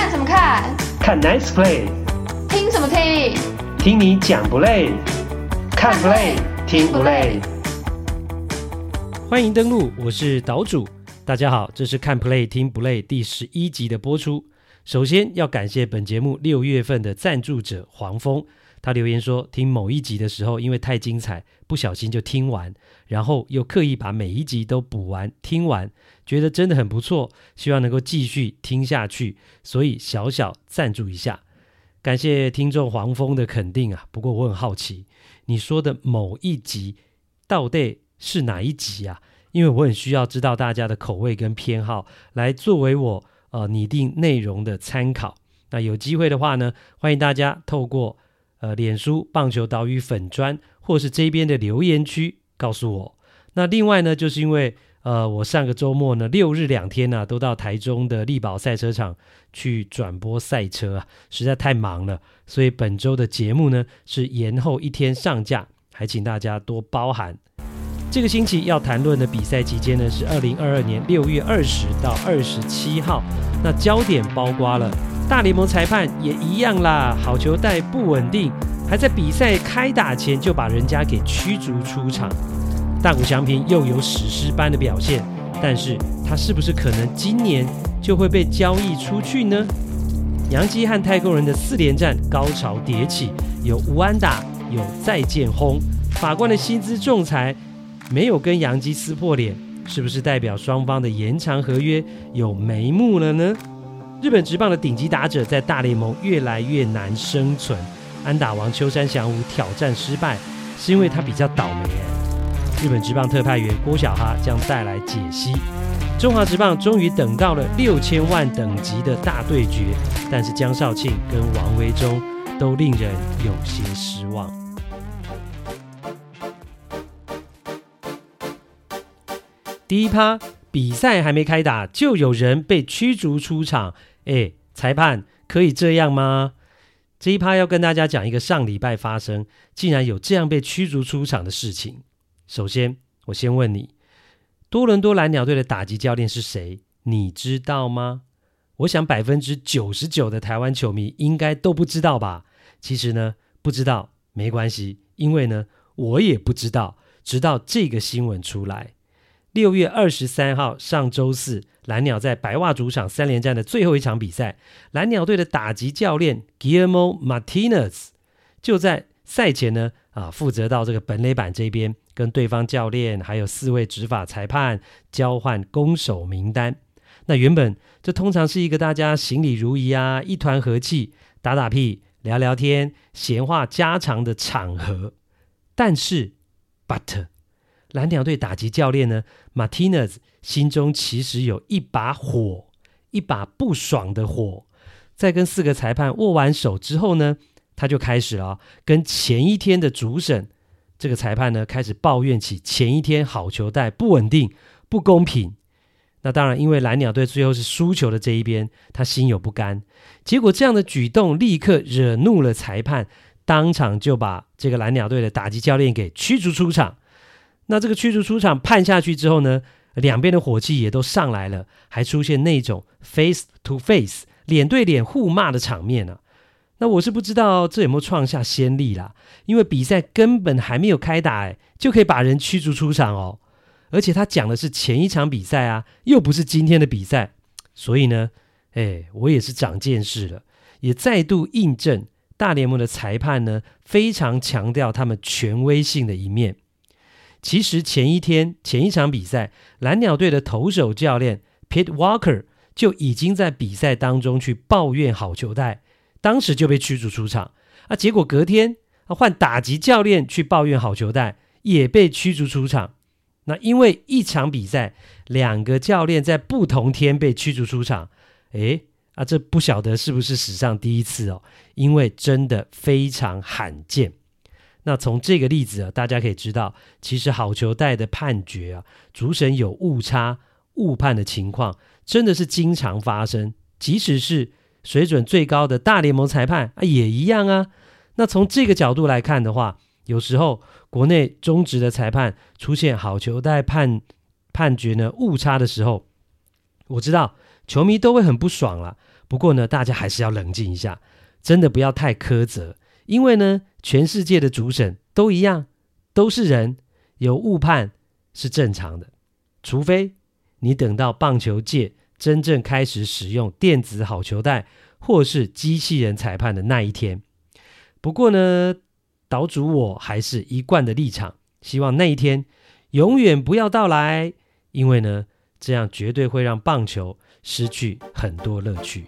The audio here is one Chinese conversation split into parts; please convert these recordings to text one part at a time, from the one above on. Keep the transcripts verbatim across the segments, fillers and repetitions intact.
看什么看？ 看 Nice Play。 听什么听？ 听你讲不累？看 Play 听不累？ 欢迎登录，我是岛主。大家好，这是看 Play 听不累第十一集的播出。首先要感谢本节目六月份的赞助者黄蜂，他留言说听某一集的时候因为太精彩，不小心就听完，然后又刻意把每一集都补完听完，觉得真的很不错，希望能够继续听下去，所以小小赞助一下。感谢听众黄蜂的肯定啊，不过我很好奇，你说的某一集到底是哪一集啊？因为我很需要知道大家的口味跟偏好，来作为我呃拟定内容的参考。那有机会的话呢，欢迎大家透过呃脸书棒球岛屿粉专，或是这边的留言区告诉我。那另外呢，就是因为呃我上个周末呢六日两天呢、啊、都到台中的力宝赛车场去转播赛车啊，实在太忙了，所以本周的节目呢是延后一天上架，还请大家多包涵。这个星期要谈论的比赛期间呢是二零二二年六月二十到二十七号，那焦点包括了大联盟裁判也一样啦，好球带不稳定，还在比赛开打前就把人家给驱逐出场。大谷翔平又有史诗般的表现，但是他是不是可能今年就会被交易出去呢？洋基和太空人的四连战高潮迭起，有无安打，有再见轰，法官的薪资仲裁没有跟洋基撕破脸，是不是代表双方的延长合约有眉目了呢？日本职棒的顶级打者在大联盟越来越难生存，安打王秋山翔吾挑战失败，是因为他比较倒霉耶。日本职棒特派员郭小哈将带来解析。中华职棒终于等到了六千万等级的大对决，但是江少庆跟王维忠都令人有些失望。第一趴，比赛还没开打就有人被驱逐出场，诶，裁判可以这样吗？这一趴要跟大家讲一个上礼拜发生竟然有这样被驱逐出场的事情。首先我先问你，多伦多蓝鸟队的打击教练是谁？你知道吗？我想 百分之九十九 的台湾球迷应该都不知道吧。其实呢，不知道没关系，因为呢我也不知道，直到这个新闻出来。六月二十三号上周四，蓝鸟在白袜主场三连战的最后一场比赛，蓝鸟队的打击教练 Guillermo Martinez 就在赛前呢啊，负责到这个本垒板这边跟对方教练还有四位执法裁判交换攻守名单。那原本这通常是一个大家行礼如仪啊，一团和气，打打屁聊聊天闲话家常的场合，但是 but蓝鸟队打击教练呢 Martinez 心中其实有一把火，一把不爽的火。在跟四个裁判握完手之后呢，他就开始了、哦、跟前一天的主审这个裁判呢开始抱怨起前一天好球带不稳定不公平。那当然因为蓝鸟队最后是输球的这一边，他心有不甘，结果这样的举动立刻惹怒了裁判，当场就把这个蓝鸟队的打击教练给驱逐出场。那这个驱逐出场判下去之后呢，两边的火气也都上来了，还出现那种 face to face 脸对脸互骂的场面啊。那我是不知道这有没有创下先例啦，因为比赛根本还没有开打诶，就可以把人驱逐出场哦。而且他讲的是前一场比赛啊，又不是今天的比赛，所以呢，诶，我也是长见识了，也再度印证大联盟的裁判呢非常强调他们权威性的一面。其实前一天前一场比赛，蓝鸟队的投手教练 Pete Walker 就已经在比赛当中去抱怨好球带，当时就被驱逐出场啊。结果隔天啊换打击教练去抱怨好球带，也被驱逐出场。那因为一场比赛两个教练在不同天被驱逐出场，诶啊，这不晓得是不是史上第一次哦，因为真的非常罕见。那从这个例子啊，大家可以知道，其实好球带的判决啊，主审有误差、误判的情况，真的是经常发生。即使是水准最高的大联盟裁判啊，也一样啊。那从这个角度来看的话，有时候国内中职的裁判出现好球带判判决呢误差的时候，我知道球迷都会很不爽啦。 不过呢，大家还是要冷静一下，真的不要太苛责，因为呢，全世界的主审都一样，都是人，有误判是正常的，除非你等到棒球界真正开始使用电子好球带或是机器人裁判的那一天。不过呢，岛主我还是一贯的立场，希望那一天永远不要到来，因为呢，这样绝对会让棒球失去很多乐趣。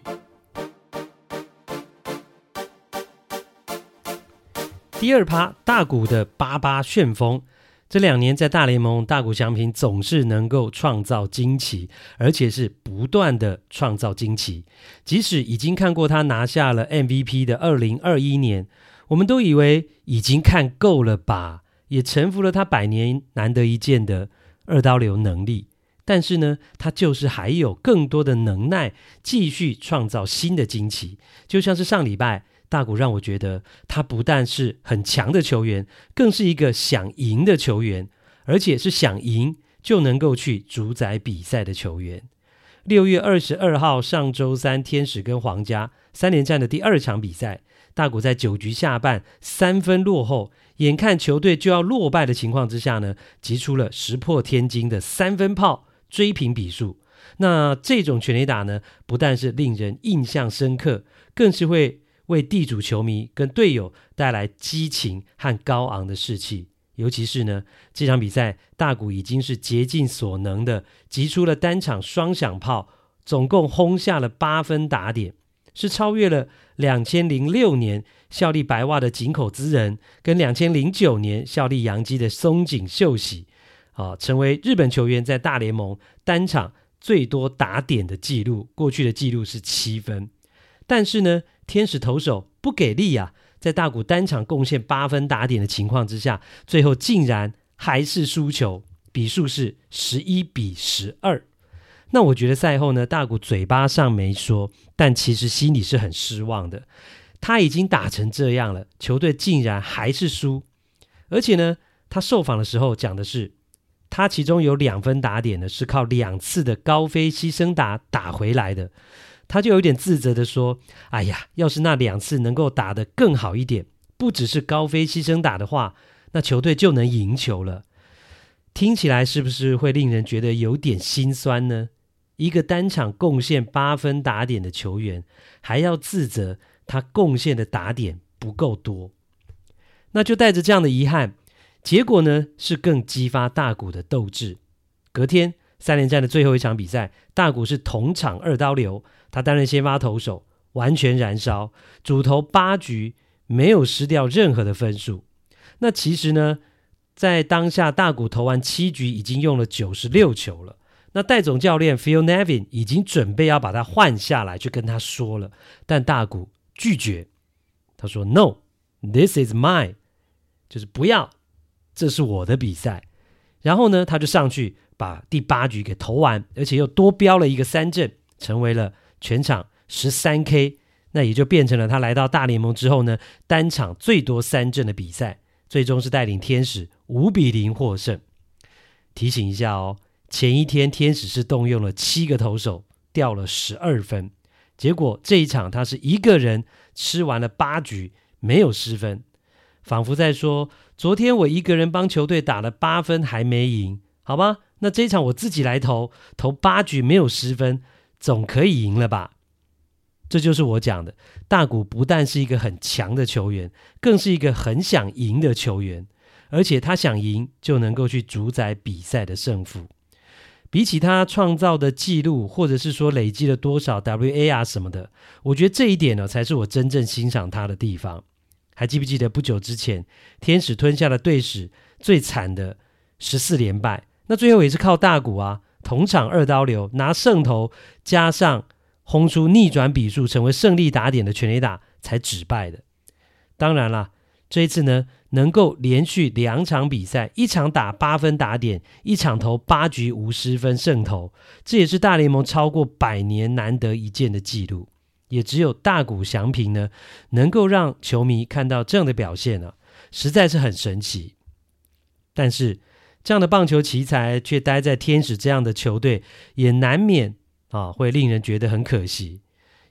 第二趴，大谷的八八旋风。这两年在大联盟，大谷翔平总是能够创造惊奇，而且是不断的创造惊奇。即使已经看过他拿下了 M V P 的二零二一年，我们都以为已经看够了吧，也臣服了他百年难得一见的二刀流能力。但是呢，他就是还有更多的能耐，继续创造新的惊奇。就像是上礼拜，大谷让我觉得他不但是很强的球员，更是一个想赢的球员，而且是想赢就能够去主宰比赛的球员。六月二十二号上周三，天使跟皇家三连战的第二场比赛，大谷在九局下半三分落后，眼看球队就要落败的情况之下呢，击出了石破天惊的三分炮，追平比数。那这种全垒打呢，不但是令人印象深刻，更是会为地主球迷跟队友带来激情和高昂的士气。尤其是呢，这场比赛大谷已经是竭尽所能的击出了单场双响炮，总共轰下了八分打点，是超越了两千零六年效力白袜的井口资仁跟两千零九年效力洋基的松井秀喜，啊，成为日本球员在大联盟单场最多打点的记录，过去的记录是七分。但是呢，天使投手不给力啊，在大谷单场贡献八分打点的情况之下，最后竟然还是输球，比数是十一比十二。那我觉得赛后呢，大谷嘴巴上没说，但其实心里是很失望的。他已经打成这样了，球队竟然还是输。而且呢，他受访的时候讲的是，他其中有两分打点呢是靠两次的高飞牺牲打打回来的。他就有点自责的说，哎呀，要是那两次能够打得更好一点，不只是高飞牺牲打的话，那球队就能赢球了。听起来是不是会令人觉得有点心酸呢？一个单场贡献八分打点的球员，还要自责他贡献的打点不够多。那就带着这样的遗憾，结果呢是更激发大谷的斗志。隔天三连战的最后一场比赛，大谷是同场二刀流，他担任先发投手，完全燃烧，主投八局没有失掉任何的分数。那其实呢，在当下大谷投完七局已经用了九十六球了，那戴总教练 Phil Nevin 已经准备要把他换下来，去跟他说了，但大谷拒绝，他说 No, this is mine， 就是不要，这是我的比赛。然后呢，他就上去把第八局给投完，而且又多标了一个三振，成为了全场 十三K， 那也就变成了他来到大联盟之后呢，单场最多三振的比赛，最终是带领天使五比零获胜。提醒一下哦，前一天天使是动用了七个投手，掉了十二分，结果这一场他是一个人吃完了八局，没有失分，仿佛在说，昨天我一个人帮球队打了八分还没赢，好吧，那这一场我自己来投，投八局没有失分，总可以赢了吧。这就是我讲的，大谷不但是一个很强的球员，更是一个很想赢的球员，而且他想赢就能够去主宰比赛的胜负。比起他创造的记录，或者是说累积了多少 W A R 什么的，我觉得这一点呢，才是我真正欣赏他的地方。还记不记得不久之前，天使吞下了队史最惨的十四连败，那最后也是靠大谷啊，同场二刀流拿胜投，加上轰出逆转比数成为胜利打点的全垒打才止败的。当然啦，这一次呢，能够连续两场比赛，一场打八分打点，一场投八局无失分胜投，这也是大联盟超过百年难得一见的纪录。也只有大谷翔平呢，能够让球迷看到这样的表现啊，实在是很神奇。但是这样的棒球奇才却待在天使这样的球队，也难免啊会令人觉得很可惜。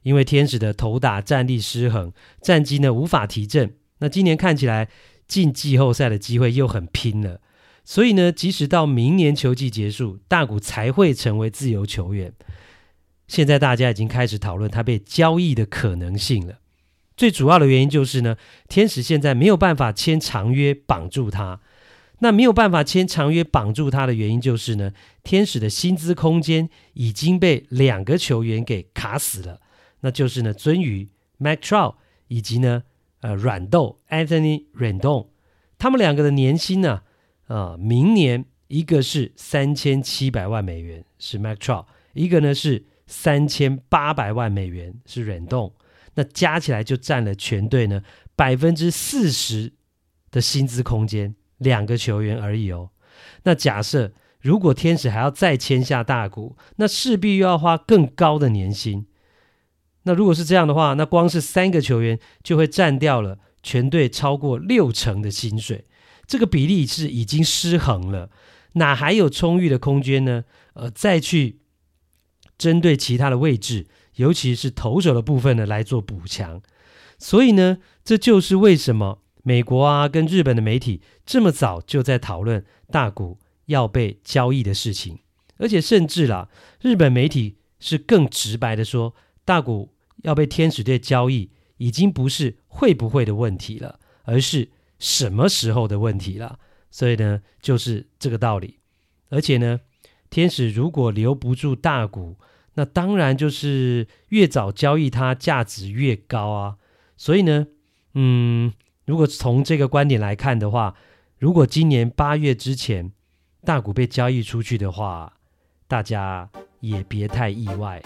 因为天使的投打战力失衡，战绩呢无法提振。那今年看起来进季后赛的机会又很拼了，所以呢，即使到明年球季结束，大谷才会成为自由球员。现在大家已经开始讨论他被交易的可能性了。最主要的原因就是呢，天使现在没有办法签长约绑住他。那没有办法签长约绑住他的原因就是呢，天使的薪资空间已经被两个球员给卡死了，那就是呢，鳟鱼 Mike Trout 以及呢呃软豆 Anthony Rendon， 他们两个的年薪呢，呃，明年一个是三千七百万美元是 Mike Trout， 一个呢是三千八百万美元是 Rendon， 那加起来就占了全队呢百分之四十的薪资空间，两个球员而已哦。那假设如果天使还要再签下大谷，那势必又要花更高的年薪。那如果是这样的话，那光是三个球员就会占掉了全队超过六成的薪水，这个比例是已经失衡了，哪还有充裕的空间呢？呃，再去针对其他的位置，尤其是投手的部分呢来做补强。所以呢，这就是为什么美国啊跟日本的媒体这么早就在讨论大谷要被交易的事情，而且甚至啦，日本媒体是更直白的说，大谷要被天使队交易已经不是会不会的问题了，而是什么时候的问题了。所以呢，就是这个道理。而且呢，天使如果留不住大谷，那当然就是越早交易他价值越高啊。所以呢，嗯，如果从这个观点来看的话，如果今年八月之前大谷被交易出去的话，大家也别太意外。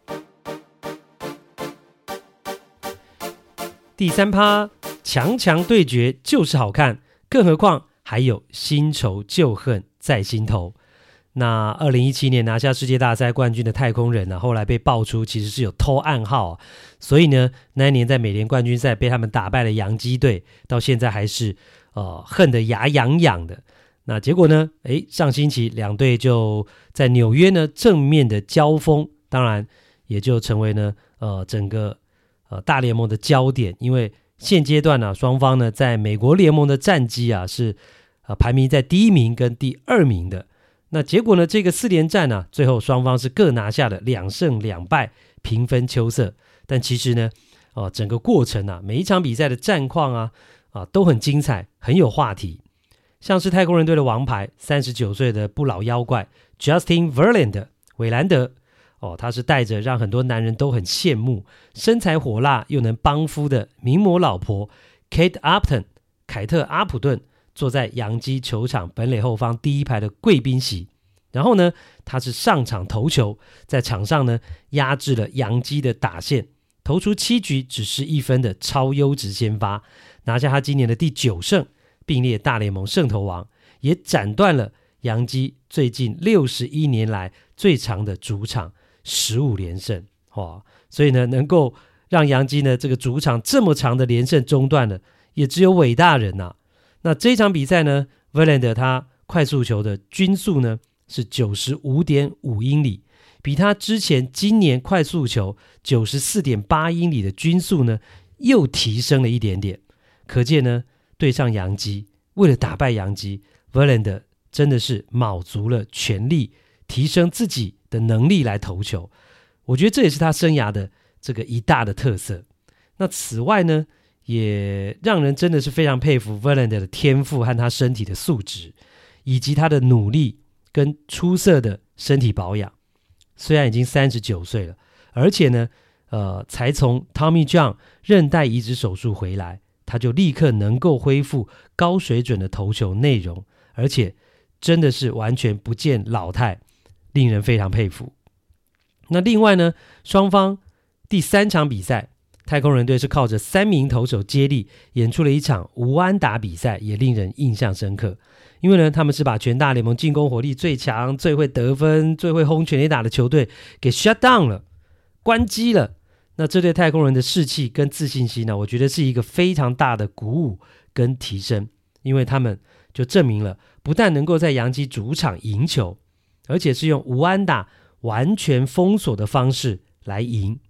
第三趴，强强对决就是好看，更何况还有新仇旧恨在心头。那二零一七年拿下世界大赛冠军的太空人呢、啊，后来被爆出其实是有偷暗号、啊，所以呢，那一年在美联冠军赛被他们打败了洋基队，到现在还是呃恨得牙痒痒的。那结果呢，诶，上星期两队就在纽约呢正面的交锋，当然也就成为呢呃整个呃大联盟的焦点，因为现阶段呢、啊、双方呢在美国联盟的战绩啊是呃排名在第一名跟第二名的。那结果呢，这个四连战呢、啊、最后双方是各拿下了两胜两败，平分秋色。但其实呢呃整个过程啊，每一场比赛的战况啊啊都很精彩，很有话题。像是太空人队的王牌三十九岁的不老妖怪 Justin Verlander 韦兰德哦，他是带着让很多男人都很羡慕，身材火辣又能帮夫的名模老婆 Kate Upton 凯特阿普顿，坐在洋基球场本垒后方第一排的贵宾席。然后呢，他是上场投球，在场上呢压制了洋基的打线，投出七局只失一分的超优质先发，拿下他今年的第九胜，并列大联盟胜投王，也斩断了洋基最近六十一年来最长的主场十五连胜。哇！所以呢，能够让洋基呢这个主场这么长的连胜中断了，也只有伟大人啊。那这一场比赛呢 Verlander 他快速球的均速呢是 九十五点五英里，比他之前今年快速球 九十四点八英里的均速呢又提升了一点点。可见呢，对上洋基，为了打败洋基， Verlander 真的是卯足了全力提升自己的能力来投球。我觉得这也是他生涯的这个一大的特色。那此外呢，也让人真的是非常佩服 Verlander 的天赋和他身体的素质，以及他的努力跟出色的身体保养。虽然已经三十九岁了，而且呢呃，才从 Tommy John 韧带移植手术回来，他就立刻能够恢复高水准的投球内容，而且真的是完全不见老态，令人非常佩服。那另外呢，双方第三场比赛，太空人队是靠着三名投手接力演出了一场无安打比赛，也令人印象深刻。因为呢，他们是把全大联盟进攻火力最强、最会得分、最会轰全垒打的球队给 shut down 了，关机了。那这对太空人的士气跟自信心呢，我觉得是一个非常大的鼓舞跟提升，因为他们就证明了，不但能够在洋基主场赢球，而且是用无安打完全封锁的方式来赢。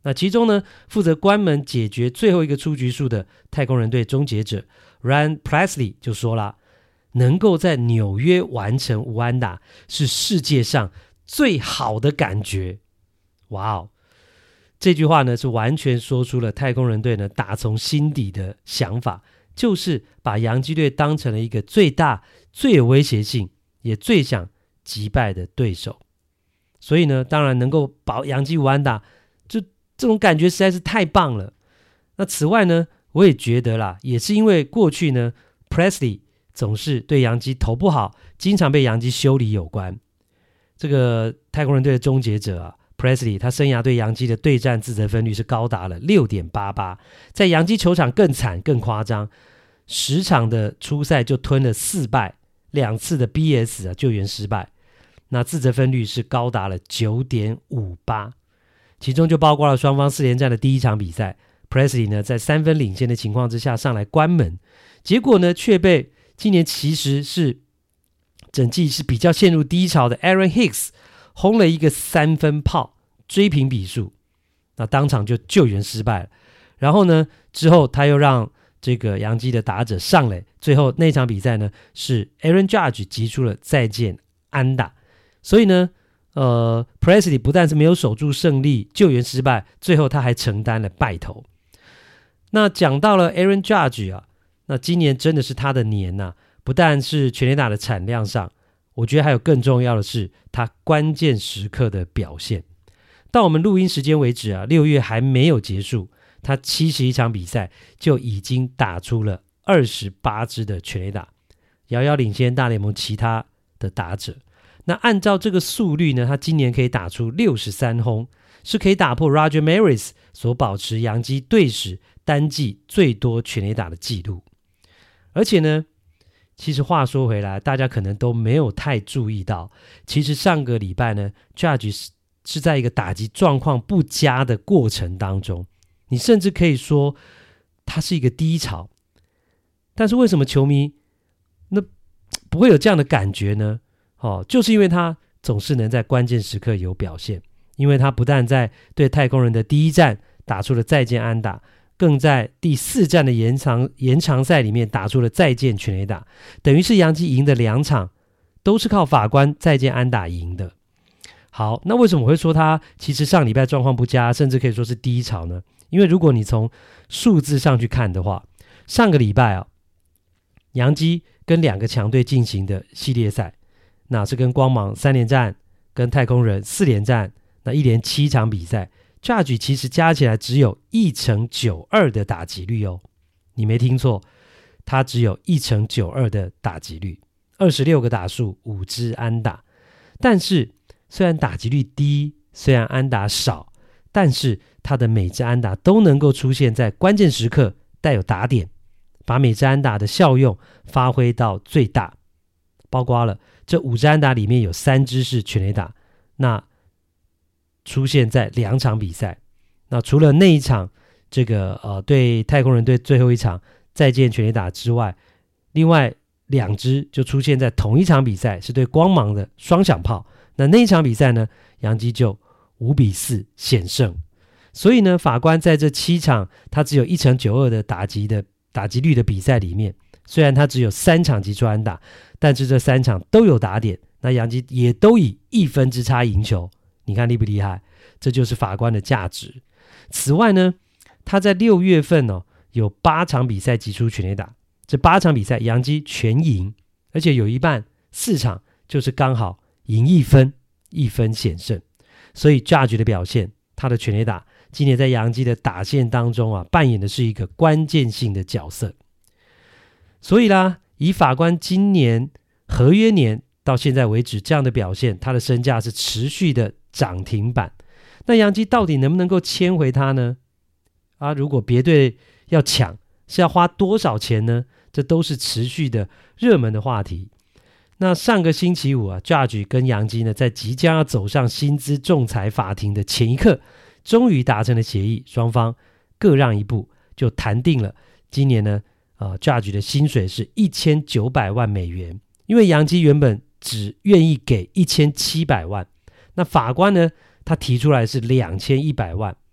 那其中呢，负责关门解决最后一个出局数的太空人队终结者 Ryan Pressly 就说了，能够在纽约完成无安打是世界上最好的感觉。哇哦，这句话呢是完全说出了太空人队呢打从心底的想法，就是把洋基队当成了一个最大、最有威胁性，也最想击败的对手。所以呢，当然能够保洋基无安打，就这种感觉实在是太棒了。那此外呢，我也觉得啦，也是因为过去呢 Pressly 总是对洋基投不好，经常被洋基修理有关。这个太空人队的终结者啊 Pressly 他生涯对洋基的对战自责分率是高达了 六点八八， 在洋基球场更惨更夸张，十场的初赛就吞了四败，两次的 B S 啊救援失败，那自责分率是高达了 九点五八， 其中就包括了双方四连战的第一场比赛， Pressly 呢在三分领先的情况之下上来关门，结果呢却被今年其实是整季是比较陷入低潮的 Aaron Hicks 轰了一个三分炮追平比数，那当场就救援失败了。然后呢之后他又让这个洋基的打者上垒，最后那场比赛呢是 Aaron Judge 击出了再见安打，所以呢呃 Pressly 不但是没有守住胜利，救援失败，最后他还承担了败投。那讲到了 Aaron Judge 啊，那今年真的是他的年啊，不但是全垒打的产量上，我觉得还有更重要的是他关键时刻的表现。到我们录音时间为止啊，六月还没有结束，他七十一场比赛就已经打出了二十八支的全垒打，遥遥领先大联盟其他的打者。那按照这个速率呢，他今年可以打出六十三轰，是可以打破 Roger Maris 所保持洋基队史单季最多全垒打的记录。而且呢，其实话说回来，大家可能都没有太注意到，其实上个礼拜呢 Judge 是, 是在一个打击状况不佳的过程当中，你甚至可以说他是一个低潮。但是为什么球迷那不会有这样的感觉呢？哦，就是因为他总是能在关键时刻有表现，因为他不但在对太空人的第一战打出了再见安打，更在第四战的延长延长赛里面打出了再见全垒打，等于是洋基赢的两场都是靠法官再见安打赢的。好，那为什么我会说他其实上礼拜状况不佳，甚至可以说是低潮呢？因为如果你从数字上去看的话，上个礼拜啊，洋基跟两个强队进行的系列赛，那是跟光芒三连战，跟太空人四连战，那一连七场比赛，Judge 其实加起来只有一成九二的打击率哦，你没听错，他只有一成九二的打击率，二十六个打数，五支安打。但是虽然打击率低，虽然安打少，但是他的每支安打都能够出现在关键时刻，带有打点，把每支安打的效用发挥到最大。包括了这五支安打里面有三支是全垒打，那出现在两场比赛。那除了那一场这个呃对太空人队最后一场再见全垒打之外，另外两支就出现在同一场比赛，是对光芒的双响炮。那那一场比赛呢，洋基就五比四险胜。所以呢，法官在这七场他只有一成九二的打击的打击率的比赛里面，虽然他只有三场击出安打，但是这三场都有打点，那洋基也都以一分之差赢球。你看厉不厉害？这就是法官的价值。此外呢，他在六月份哦有八场比赛击出全垒打，这八场比赛洋基全赢，而且有一半四场就是刚好赢一分，一分险胜。所以 Judge 的表现，他的全垒打今年在洋基的打线当中啊，扮演的是一个关键性的角色。所以啦，以法官今年合约年到现在为止这样的表现，他的身价是持续的涨停板。那洋基到底能不能够签回他呢？啊，如果别队要抢，是要花多少钱呢？这都是持续的热门的话题。那上个星期五啊 Judge 跟洋基呢，在即将要走上薪资仲裁法庭的前一刻，终于达成了协议，双方各让一步，就谈定了今年呢呃 Judge 的薪水是一千九百万美元，因为洋基原本只愿意给一千七百万，那法官呢他提出来是两千一百万，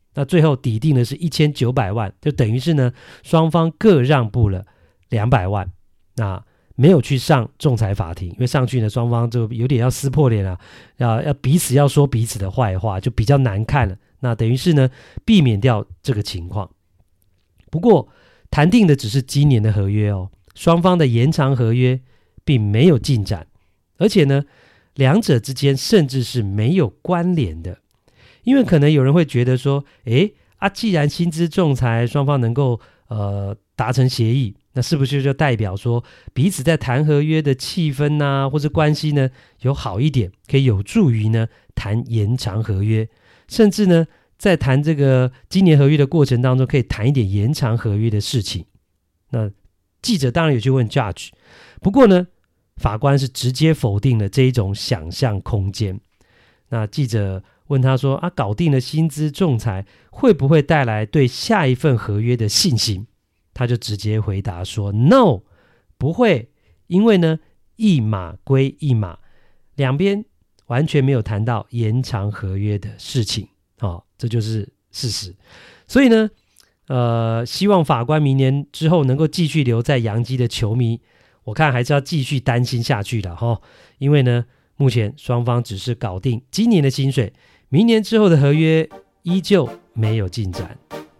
那最后抵定的是一千九百万，就等于是呢双方各让步了两百万，那没有去上仲裁法庭，因为上去呢双方就有点要撕破脸了，要要彼此要说彼此的坏话，就比较难看了。那等于是呢避免掉这个情况。不过谈定的只是今年的合约哦，双方的延长合约并没有进展，而且呢两者之间甚至是没有关联的。因为可能有人会觉得说，诶啊，既然薪资仲裁双方能够呃达成协议，那是不是就代表说彼此在谈合约的气氛啊，或是关系呢有好一点，可以有助于呢谈延长合约，甚至呢在谈这个今年合约的过程当中，可以谈一点延长合约的事情。那记者当然有去问 Judge， 不过呢法官是直接否定了这一种想象空间。那记者问他说啊，搞定了薪资仲裁会不会带来对下一份合约的信心？他就直接回答说 No， 不会，因为呢一码归一码，两边完全没有谈到延长合约的事情，哦，这就是事实。所以呢呃，希望法官明年之后能够继续留在洋基的球迷，我看还是要继续担心下去的，哦，因为呢目前双方只是搞定今年的薪水，明年之后的合约依旧没有进展。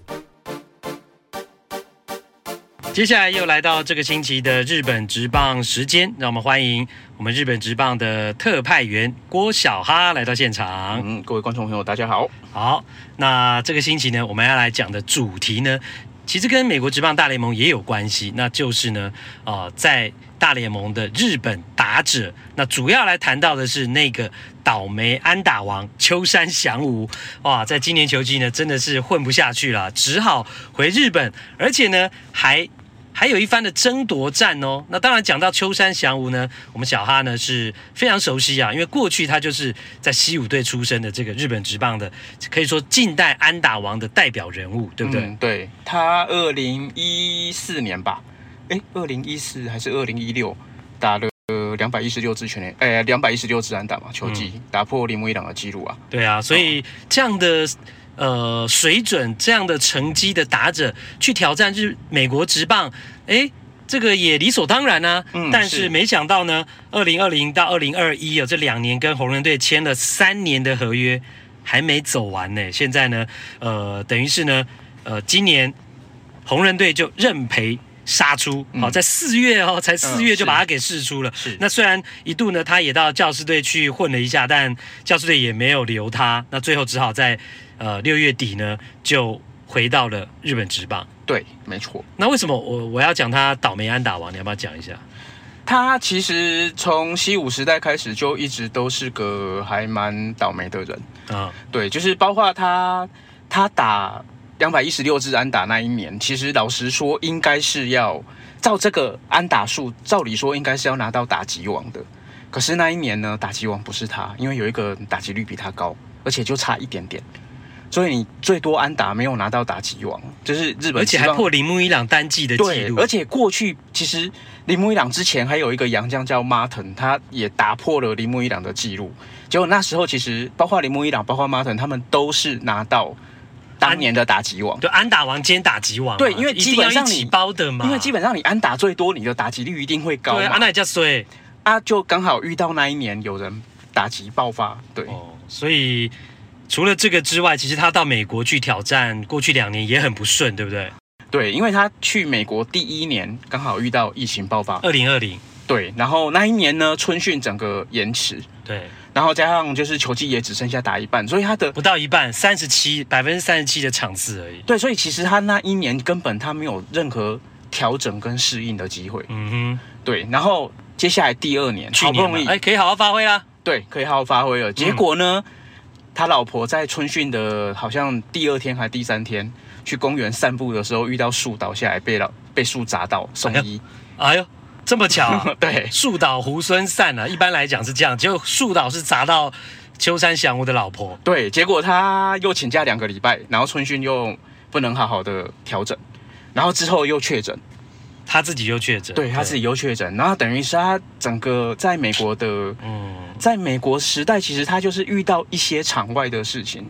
接下来又来到这个星期的日本职棒时间，让我们欢迎我们日本职棒的特派员郭小哈来到现场。 嗯，各位观众朋友，大家好。 好，那这个星期呢，我们要来讲的主题呢，其实跟美国职棒大联盟也有关系，那就是呢，呃，在大联盟的日本打者，那主要来谈到的是那个倒霉安打王秋山翔吾。哇，在今年球季呢，真的是混不下去了，只好回日本，而且呢，还还有一番的争夺战哦。那当然讲到秋山翔吾呢，我们小哈呢是非常熟悉啊，因为过去他就是在西武队出身的这个日本职棒的，可以说近代安打王的代表人物，对不对？ 嗯，对，他二零一四年吧，哎，二零一四还是二零一六打了两百一十六支全垒，哎，两百一十六支安打嘛，球季，嗯，打破铃木一朗的纪录啊。 对啊，所以这样的呃水准、这样的成绩的打者去挑战日美国职棒，哎，这个也理所当然啊。嗯，但是没想到呢，二零二零到二零二一有这两年跟红人队签了三年的合约，还没走完呢。现在呢，呃，等于是呢，呃，今年红人队就认赔杀出，好，在四月哦，才四月就把他给释出了。 是， 那虽然一度呢，他也到教士队去混了一下，但教士队也没有留他，那最后只好在呃六月底呢，就回到了日本职棒。 对，没错。 那为什么我我要讲他倒霉安打王？你要不要讲一下？ 他其实从西武时代开始就一直都是个还蛮倒霉的人啊。对，就是包括他他打两百一十六支安打那一年，其实老实说，应该是要照这个安打数，照理说应该是要拿到打击王的。可是那一年呢，打击王不是他，因为有一个打击率比他高，而且就差一点点，所以你最多安打没有拿到打击王，就是日本， 而且还破铃木一朗单季的纪录。 对，而且过去其实铃木一朗之前还有一个洋将叫 Martin， 他也打破了铃木一朗的纪录。结果那时候其实包括铃木一朗，包括 Martin， 他们都是拿到当年的打击王， 对，安打王兼打击王， 对，因为基本上你一起包的嘛， 因为基本上你安打最多，你的打击率一定会高嘛。 对，安打叫衰啊，就刚好遇到那一年有人打击爆发，对， 哦，所以除了这个之外，其实他到美国去挑战，过去两年也很不顺，对不对？ 对，因为他去美国第一年刚好遇到疫情爆发， 二零二零， 对，然后那一年呢，春训整个延迟， 对。 然后加上就是球季也只剩下打一半，所以他的不到一半，三十七百分之三十七的场次而已。 对，所以其实他那一年根本他没有任何调整跟适应的机会。嗯哼，对。然后接下来第二年，好不容易哎可以好好发挥啦。 对，可以好好发挥了。结果呢，嗯、他老婆在春训的好像第二天还第三天去公园散步的时候，遇到树倒下来，被老被树砸到送医。 哎呦。哎呦这么巧、啊， 对， 树倒猢狲散啊，一般来讲是这样，结果树倒是砸到秋山翔吾的老婆， 对，结果他又请假两个礼拜，然后春训又不能好好的调整，然后之后又确诊， 他自己又确诊， 对他自己又确诊，然后等于是他整个在美国的，嗯，在美国时代，其实他就是遇到一些场外的事情，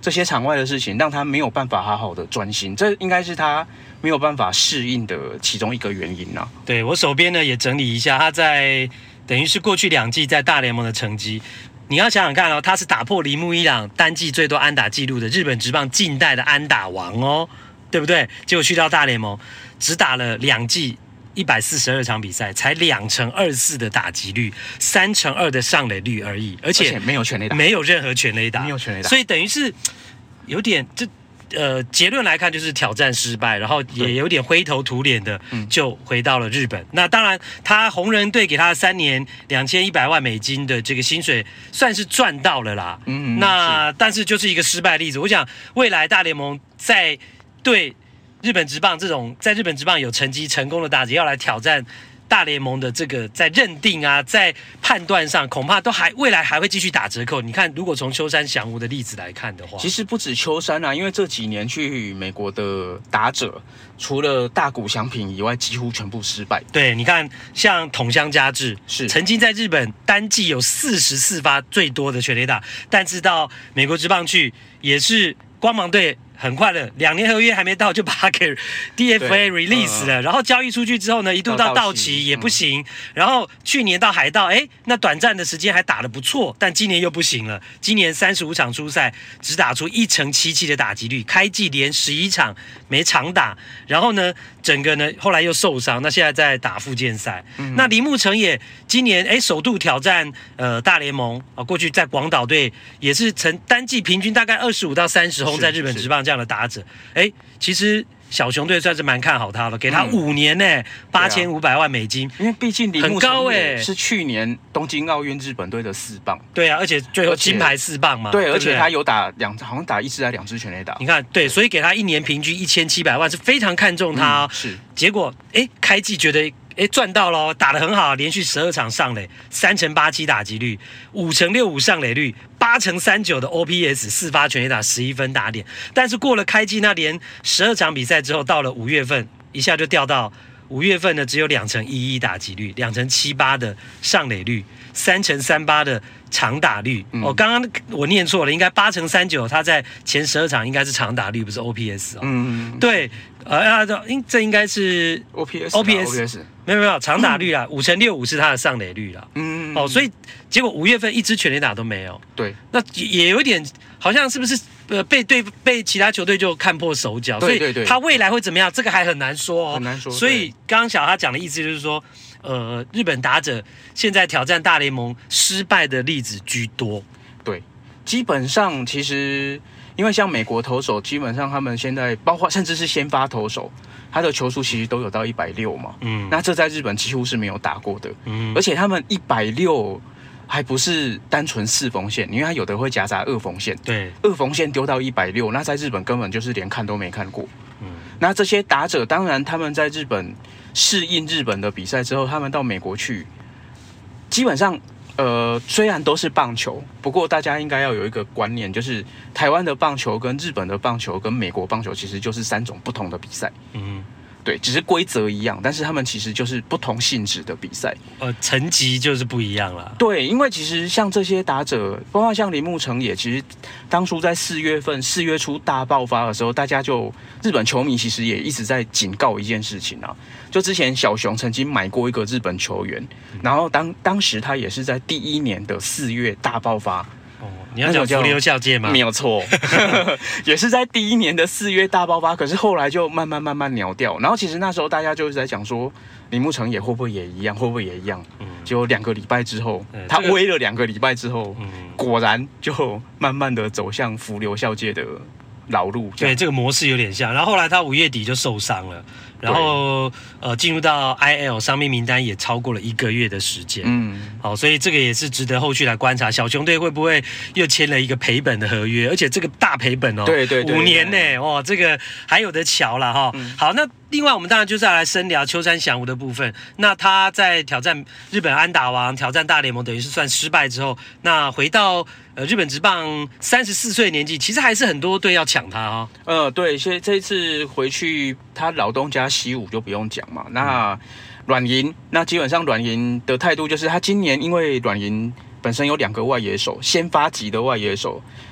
这些场外的事情，让他没有办法好好的专心，这应该是他没有办法适应的其中一个原因啊。 对，我手边呢也整理一下，他在等于是过去两季在大联盟的成绩。你要想想看哦，他是打破铃木一朗单季最多安打纪录的日本职棒近代的安打王哦，对不对？结果去到大联盟，只打了两季一百四十二场比赛，才两成二四的打击率，三成二的上垒率而已，而且, 而且没有全垒打， 没有任何全垒打， 没有全垒打， 所以等于是有点这。呃，结论来看就是挑战失败，然后也有点灰头土脸的，就回到了日本。嗯、那当然，他红人队给他三年两千一百万美金的这个薪水，算是赚到了啦。嗯，那是但是就是一个失败例子。我想未来大联盟在对日本职棒这种在日本职棒有成绩成功的打者要来挑战大联盟的这个在认定啊，在判断上，恐怕都还未来还会继续打折扣。你看，如果从秋山翔吾的例子来看的话， 其实不止秋山啊，因为这几年去美国的打者，除了大谷翔平以外，几乎全部失败。 对，你看，像筒香嘉智是曾经在日本单季有四十四发最多的全垒打，但是到美国职棒去也是光芒队。很快的，两年合约还没到就把他给 D F A release 了，嗯、然后交易出去之后呢，一度到到期也不行，嗯、然后去年到海盗，哎，那短暂的时间还打得不错，但今年又不行了。今年三十五场出赛，只打出一成七七的打击率，开季连十一场没长打，然后呢，整个呢后来又受伤，那现在在打复健赛。嗯、那铃木成也今年哎首度挑战呃大联盟啊，过去在广岛队也是曾单季平均大概二十五到三十轰在日本职棒这样的打者，哎，其实小熊队算是蛮看好他了，给他五年呢，八千五百万美金， 因为毕竟铃木很高哎， 是去年东京奥运日本队的四棒， 对啊，而且最后金牌四棒嘛， 对，而且他有打两，好像打一支还两支全垒打， 你看，对，所以给他一年平均一千七百万，是非常看重他、哦嗯，是， 结果哎，开季觉得。哎，赚到了，打得很好，连续十二场上垒，三成八七打击率，五成六五上垒率，八成三九的 O P S， 四发全垒打，十一分打点。但是过了开季那连十二场比赛之后，到了五月份，一下就掉到五月份呢，只有两成一一打击率，两成七八的上垒率，三成三八的长打率。嗯、哦，刚刚我念错了，应该八成三九，他在前十二场应该是长打率，不是 O P S 哦。嗯，对，呃，这应该是 O P S，O P S。 没有没有长打率啦，五成六五是他的上垒率啦。嗯，哦，所以结果五月份一支全垒打都没有。 对， 那也有一点好像是不是呃被对被其他球队就看破手脚， 对对对， 所以他未来会怎么样，这个还很难说哦， 很难说。 所以刚刚小哈讲的意思就是说，呃，日本打者现在挑战大联盟失败的例子居多。 对，基本上其实因为像美国投手，基本上他们现在包括甚至是先发投手。他的球速其实都有到一百六嘛，嗯，那这在日本几乎是没有打过的，嗯，而且他们一百六还不是单纯四缝线，因为他有的会夹杂二缝线， 对， 二缝线丢到一百六，那在日本根本就是连看都没看过，嗯，那这些打者当然他们在日本适应日本的比赛之后，他们到美国去，基本上。呃，虽然都是棒球，不过大家应该要有一个观念，就是台湾的棒球跟日本的棒球跟美国棒球其实就是三种不同的比赛。嗯，对，只是规则一样，但是他们其实就是不同性质的比赛。 呃，层级就是不一样了。 对，因为其实像这些打者，包括像铃木成也，其实当初在四月份四月初大爆发的时候，大家就日本球迷其实也一直在警告一件事情啊。就之前小熊曾经买过一个日本球员，然后当当时他也是在第一年的四月大爆发。 哦，你要讲福流孝介吗？ 没有错，也是在第一年的四月大爆发，可是后来就慢慢慢慢鸟掉。然后其实那时候大家就是在讲说，铃木成也会不会也一样，会不会也一样？嗯，结果两个礼拜之后，他威了两个礼拜之后，嗯、果然就慢慢的走向福流孝介的老路。 对，这个模式有点像。然后后来他五月底就受伤了。然后呃，进入到 I L 伤病名单也超过了一个月的时间，嗯，好，所以这个也是值得后续来观察，小熊队会不会又签了一个赔本的合约，而且这个大赔本哦， 对对对， 五年呢，哦，这个还有得瞧了哈。嗯、好，那另外我们当然就是要来深聊秋山翔吾的部分。那他在挑战日本安打王、挑战大联盟，等于是算失败之后，那回到呃日本职棒三十四岁的年纪，其实还是很多队要抢他哈、 哦。呃，对，所以这一次回去他老东家。习武就不用讲嘛，那软银，那基本上软银的态度就是，他今年因为软银本身有两个外野手，先发级的外野手，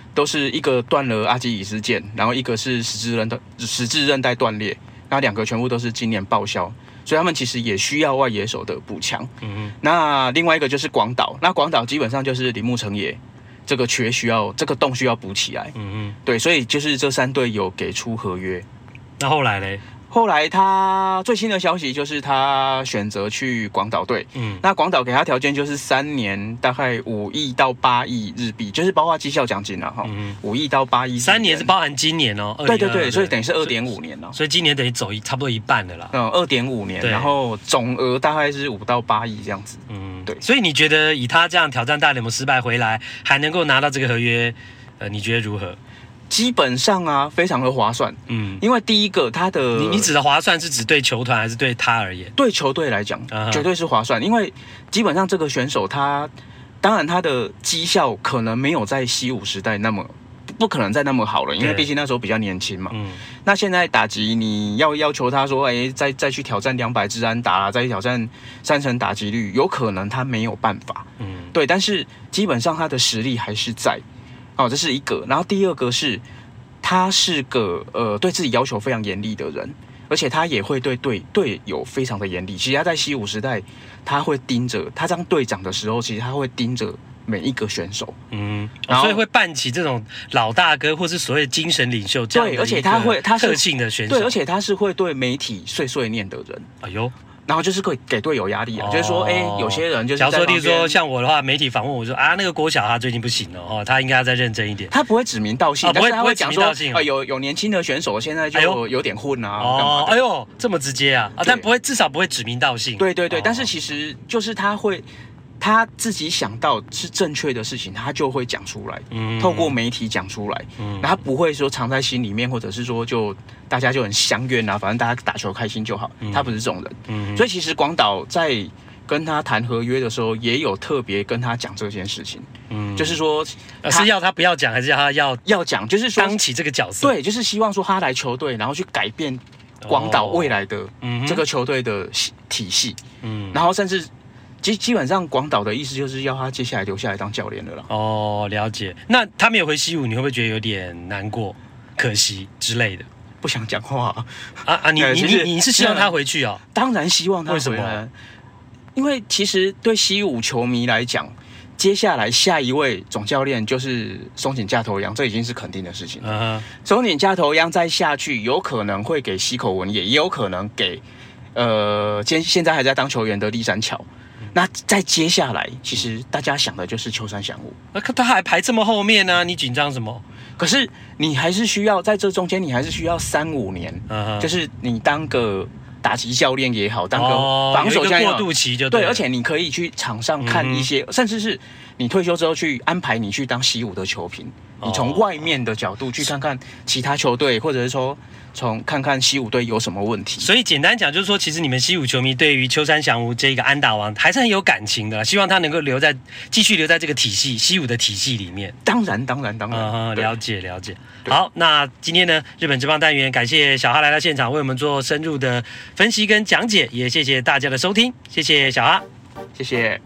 都是一个断了阿基里斯腱，然后一个是十字韧带十字韧带断裂，那两个全部都是今年报销，所以他们其实也需要外野手的补强。嗯，那另外一个就是广岛，那广岛基本上就是铃木诚也这个缺需要这个洞需要补起来。嗯嗯，对，所以就是这三队有给出合约。 那后来嘞？ 后来他最新的消息就是他选择去广岛队，嗯，那广岛给他条件就是三年大概五亿到八亿日币，就是包括绩效奖金了哈，五亿到八亿， 三年是包含今年哦， 对对对，所以等于是二点五年了， 所以今年等于走一差不多一半的啦， 嗯，二点五年，然后总额大概是五到八亿这样子，嗯，对， 所以你觉得以他这样挑战大联盟失败回来，还能够拿到这个合约，呃，你觉得如何？ 基本上啊，非常的划算。嗯，因为第一个，他的你你指的划算是指对球团还是对他而言？ 对球队来讲， uh-huh. 绝对是划算。因为基本上这个选手他，当然他的绩效可能没有在西武时代那么，不可能再那么好了，因为毕竟那时候比较年轻嘛。嗯，那现在打击你要要求他说，哎，再再去挑战两百支安打，再去挑战三成打击率，有可能他没有办法。嗯，对，但是基本上他的实力还是在。哦，这是一个，然后第二个是，他是个呃对自己要求非常严厉的人，而且他也会对队队友非常的严厉。其实他在西武时代，他会盯着他当队长的时候，其实他会盯着每一个选手，嗯， 然后、哦、所以会扮起这种老大哥或是所谓精神领袖这样的一个对，而且他会他是特性的选手， 对，而且他是会对媒体碎碎念的人。 哎呦。 然后就是会给队友压力啊，哦、就是说，哎，有些人就是假如说，例如说像我的话，媒体访问我说啊，那个郭小他最近不行了哦，他应该要再认真一点。 他不会指名道姓， 哦、 但是他会讲说， 啊、 呃，有有年轻的选手现在就有点混啊， 哦，哎呦，这么直接啊，啊，但不会，至少不会指名道姓。 对对对，哦、但是其实就是他会。他自己想到是正确的事情，他就会讲出来，嗯、透过媒体讲出来，嗯、他不会说藏在心里面，或者是说就大家就很相怨啊，反正大家打球开心就好。嗯、他不是这种人，嗯、所以其实广岛在跟他谈合约的时候，也有特别跟他讲这件事情，嗯、就是说是要他不要讲，还是要他要要讲，就是说当起这个角色， 对，就是希望说他来球队，然后去改变广岛未来的这个球队的体系，嗯、然后甚至。基基本上，广岛的意思就是要他接下来留下来当教练了啦。 哦，了解。那他没有回西武，你会不会觉得有点难过、可惜之类的？ 不想讲话啊啊！啊你你你你是希望他回去哦？ 当然希望他回来。为什么？因为其实对西武球迷来讲，接下来下一位总教练就是松井架头央，这已经是肯定的事情了。Uh-huh. 松井架头央再下去，有可能会给西口文也，也有可能给呃，现现在还在当球员的立山桥。那再接下来，其实大家想的就是秋山翔吾。 那他还排这么后面呢、啊，你紧张什么？ 可是你还是需要在这中间，你还是需要三五年， uh-huh. 就是你当个打击教练也好，当个防守教练也好， 有一个过渡期就对, 对， 而且你可以去场上看一些，嗯、甚至是你退休之后去安排你去当西武的球评，你从外面的角度去看看其他球队，或者是说。从看看西武队有什么问题， 所以简单讲就是说，其实你们西武球迷对于秋山翔吾这个安打王还是很有感情的，希望他能够留在继续留在这个体系西武的体系里面。 当然，当然，当然， 嗯、了解了解。好，那今天呢，日本职棒单元感谢小哈来到现场为我们做深入的分析跟讲解，也谢谢大家的收听，谢谢小哈， 谢谢。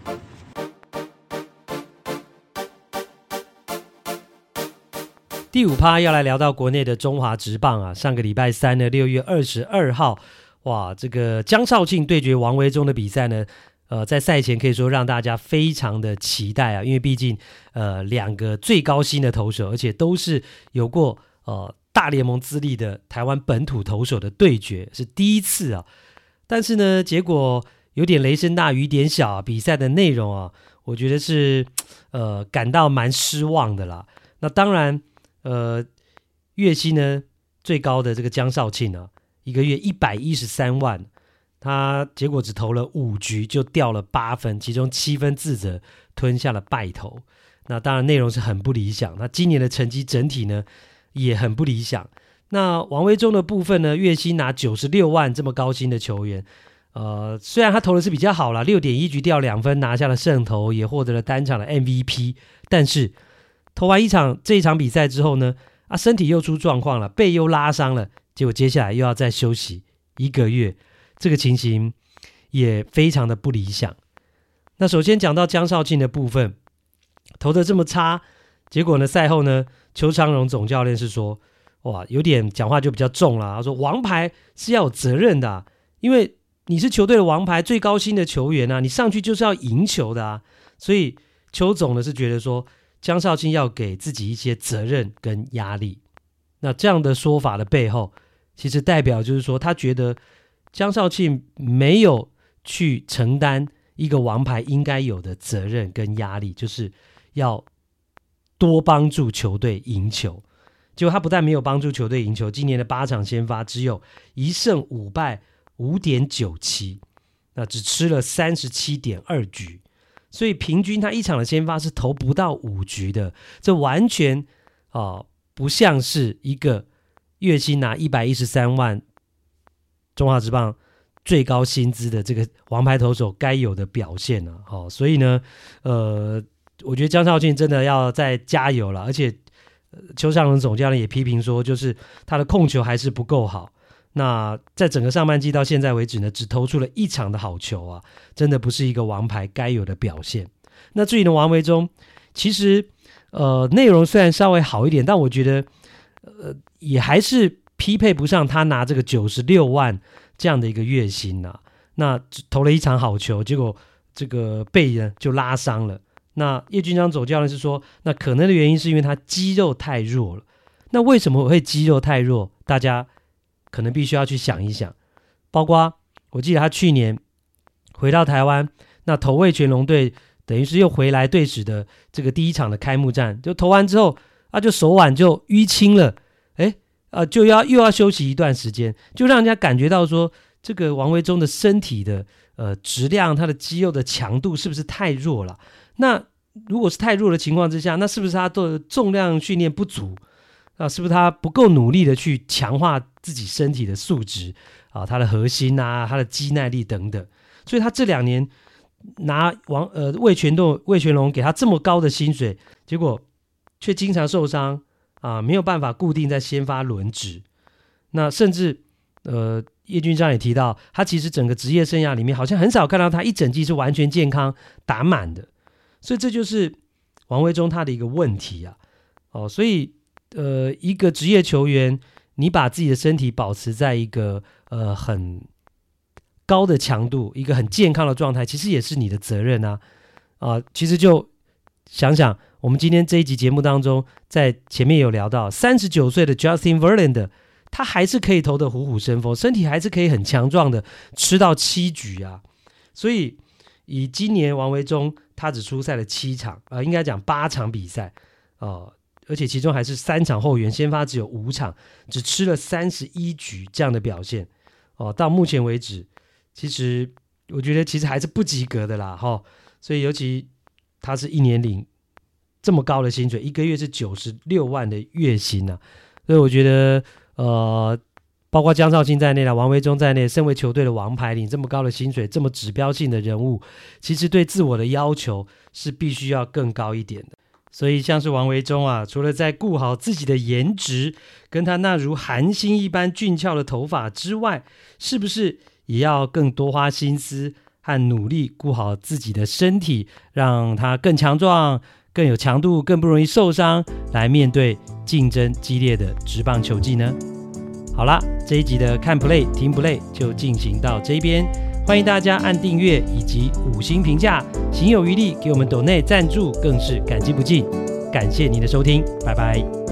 第五趴要来聊到国内的中华职棒啊，上个礼拜三呢，六月二十二号，哇，这个江少庆对决王维忠的比赛呢，呃，在赛前可以说让大家非常的期待啊，因为毕竟呃两个最高薪的投手，而且都是有过呃大联盟资历的台湾本土投手的对决，是第一次啊。但是呢，结果有点雷声大雨点小啊，比赛的内容啊，我觉得是呃感到蛮失望的啦。那当然。呃，月薪呢最高的这个江少庆啊，一个月一百一十三万，他结果只投了五局就掉了八分，其中七分自责，吞下了败投。那当然内容是很不理想，那今年的成绩整体呢也很不理想。那王维忠的部分呢，月薪拿九十六万，这么高薪的球员，呃，虽然他投的是比较好啦，六点一局掉两分，拿下了胜投，也获得了单场的 M V P， 但是。投完一场这一场比赛之后呢，啊，身体又出状况了，背又拉伤了，结果接下来又要再休息一个月，这个情形也非常的不理想。那首先讲到江少庆的部分，投得这么差， 结果呢，赛后呢，邱昌荣总教练是说，哇，有点讲话就比较重了。他说，王牌是要有责任的、啊，因为你是球队的王牌，最高薪的球员啊，你上去就是要赢球的啊。所以邱总呢是觉得说，江少庆要给自己一些责任跟压力。那这样的说法的背后，其实代表就是说，他觉得江少庆没有去承担一个王牌应该有的责任跟压力，就是要多帮助球队赢球。结果他不但没有帮助球队赢球，今年的八场先发只有一胜五败 五点九七， 那只吃了 三十七点二 局，所以平均他一场的先发是投不到五局的，这完全、呃、不像是一个月薪拿一百一十三万中华职棒最高薪资的这个王牌投手该有的表现、啊哦、所以呢呃，我觉得江少庆真的要再加油了，而且邱昌荣总教练也批评说，就是他的控球还是不够好。那在整个上半季到现在为止呢，只投出了一场的好球啊，真的不是一个王牌该有的表现。那至于呢，王维中，其实呃内容虽然稍微好一点，但我觉得呃也还是匹配不上他拿这个九十六万这样的一个月薪啊。那只投了一场好球，结果这个背呢就拉伤了。那叶君璋总教练是说，那可能的原因是因为他肌肉太弱了。那为什么会肌肉太弱？大家可能必须要去想一想。包括我记得他去年回到台湾，那投味全龙队等于是又回来队史的这个第一场的开幕战，就投完之后啊，就手腕就淤青了，哎，啊，就要又要休息一段时间，就让人家感觉到说，这个王维中的身体的呃质量，他的肌肉的强度是不是太弱了？那如果是太弱的情况之下，那是不是他的重量训练不足啊？是不是他不够努力的去强化自己身体的素质啊？他的核心啊，他的肌耐力等等，所以他这两年拿王呃味全斗味全龙给他这么高的薪水，结果却经常受伤啊，没有办法固定在先发轮值。那甚至呃叶君璋也提到，他其实整个职业生涯里面好像很少看到他一整季是完全健康打满的。所以这就是王维中他的一个问题啊，哦，所以呃，一个职业球员，你把自己的身体保持在一个呃很高的强度，一个很健康的状态，其实也是你的责任啊，啊、呃，其实就想想我们今天这一集节目当中，在前面有聊到，三十九岁的 Justin Verlander， 他还是可以投得虎虎生风，身体还是可以很强壮的，吃到七局啊，所以以今年王维中。他只出赛了七场，呃，应该讲八场比赛，呃，而且其中还是三场后援，先发只有五场，只吃了三十一局这样的表现，哦、呃，到目前为止，其实我觉得其实还是不及格的啦，哈、哦，所以尤其他是一年领这么高的薪水，一个月是九十六万的月薪啊，所以我觉得，呃。包括江少庆在内啦，王维中在内，身为球队的王牌，领这么高的薪水，这么指标性的人物，其实对自我的要求是必须要更高一点的。所以像是王维中啊，除了在顾好自己的颜值，跟他那如韩星一般俊俏的头发之外，是不是也要更多花心思和努力顾好自己的身体，让他更强壮、更有强度、更不容易受伤，来面对竞争激烈的职棒球季呢？好啦，这一集的看 play 听 play 就进行到这边，欢迎大家按订阅以及五星评价，行有余力给我们抖内赞助更是感激不尽，感谢您的收听，拜拜。